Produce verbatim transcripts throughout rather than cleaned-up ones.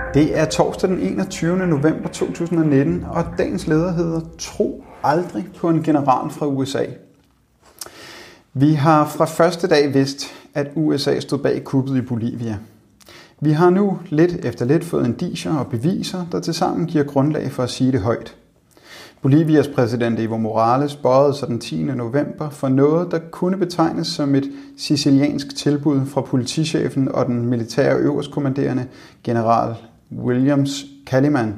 Det er torsdag den enogtyvende november to tusind og nitten, og dagens leder hedder Tro aldrig på en general fra U S A. Vi har fra første dag vidst, at U S A stod bag kuppet i Bolivia. Vi har nu lidt efter lidt fået indicier og beviser, der tilsammen giver grundlag for at sige det højt. Bolivias præsident Evo Morales bøjede sig den tiende november for noget, der kunne betegnes som et siciliansk tilbud fra politichefen og den militære øverstkommanderende general Williams Kaliman.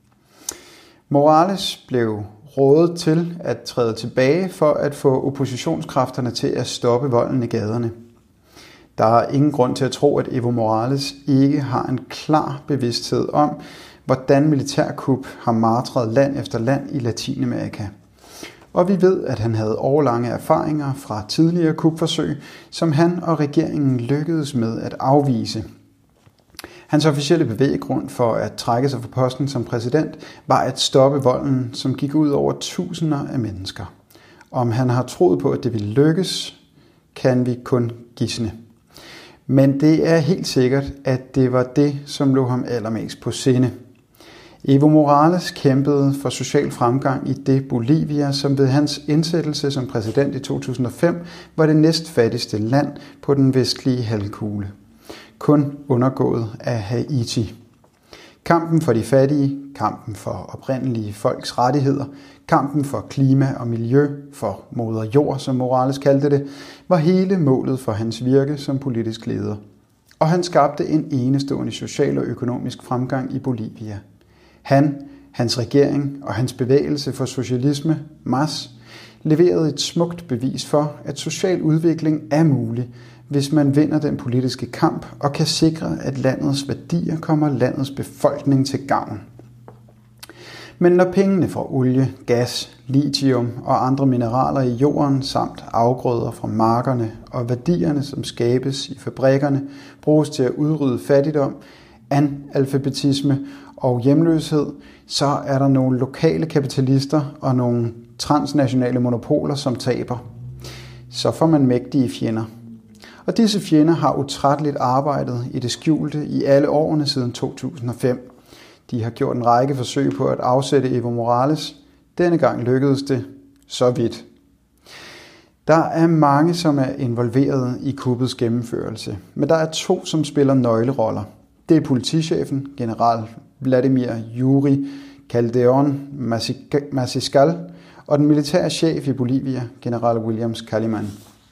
Morales blev rådet til at træde tilbage for at få oppositionskræfterne til at stoppe volden i gaderne. Der er ingen grund til at tro, at Evo Morales ikke har en klar bevidsthed om, hvordan militærkup har martret land efter land i Latinamerika. Og vi ved, at han havde årelange erfaringer fra tidligere kupforsøg, som han og regeringen lykkedes med at afvise. Hans officielle bevæggrund for at trække sig fra posten som præsident var at stoppe volden, som gik ud over tusinder af mennesker. Om han har troet på, at det ville lykkes, kan vi kun gisne. Men det er helt sikkert, at det var det, som lå ham allermest på sinde. Evo Morales kæmpede for social fremgang i det Bolivia, som ved hans indsættelse som præsident i to tusind og fem var det næstfattigste land på den vestlige halvkugle. Kun undergået af Haiti. Kampen for de fattige, kampen for oprindelige folks rettigheder, kampen for klima og miljø, for moder jord, som Morales kaldte det, var hele målet for hans virke som politisk leder. Og han skabte en enestående social og økonomisk fremgang i Bolivia. Han, hans regering og hans bevægelse for socialisme, M A S, leverede et smukt bevis for, at social udvikling er mulig, hvis man vinder den politiske kamp og kan sikre, at landets værdier kommer landets befolkning til gavn. Men når pengene fra olie, gas, lithium og andre mineraler i jorden samt afgrøder fra markerne og værdierne, som skabes i fabrikkerne, bruges til at udrydde fattigdom, analfabetisme og hjemløshed, så er der nogle lokale kapitalister og nogle transnationale monopoler, som taber. Så får man mægtige fjender. Og disse fjender har utrætteligt arbejdet i det skjulte i alle årene siden to tusind og fem. De har gjort en række forsøg på at afsætte Evo Morales. Denne gang lykkedes det så vidt. Der er mange, som er involveret i kuppets gennemførelse, men der er to, som spiller nøgleroller. Det er politichefen, general Vladimir Yuri Calderón Maciscal, og den militære chef i Bolivia, general Williams Kaliman.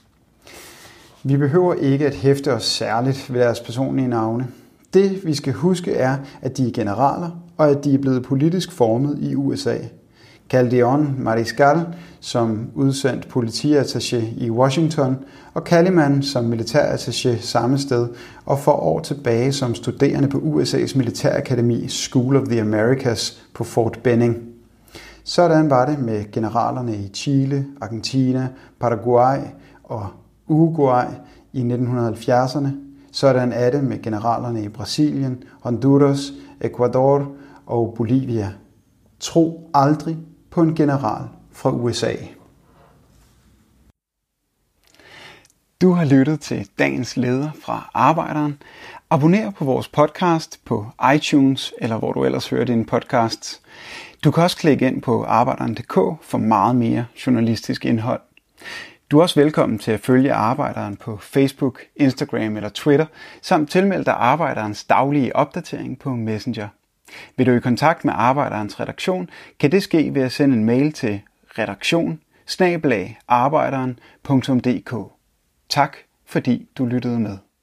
Vi behøver ikke at hæfte os særligt ved deres personlige navne. Det, vi skal huske, er, at de er generaler, og at de er blevet politisk formet i U S A. Calderón Mariscal som udsendt politiattaché i Washington, og Kaliman som militærattaché samme sted, og for år tilbage som studerende på U S A's militærakademi School of the Americas på Fort Benning. Sådan var det med generalerne i Chile, Argentina, Paraguay og Uruguay i nitten halvfjerdserne. Sådan er det med generalerne i Brasilien, Honduras, Ecuador og Bolivia. Tro aldrig på en general fra U S A. Du har lyttet til dagens leder fra Arbejderen. Abonner på vores podcast på iTunes, eller hvor du ellers hører dine podcasts. Du kan også klikke ind på arbejderen punktum d k for meget mere journalistisk indhold. Du er også velkommen til at følge Arbejderen på Facebook, Instagram eller Twitter, samt tilmelde dig Arbejderens daglige opdatering på Messenger. Vil du i kontakt med Arbejderens redaktion, kan det ske ved at sende en mail til redaktion bindestreg arbejderen punktum d k. Tak fordi du lyttede med.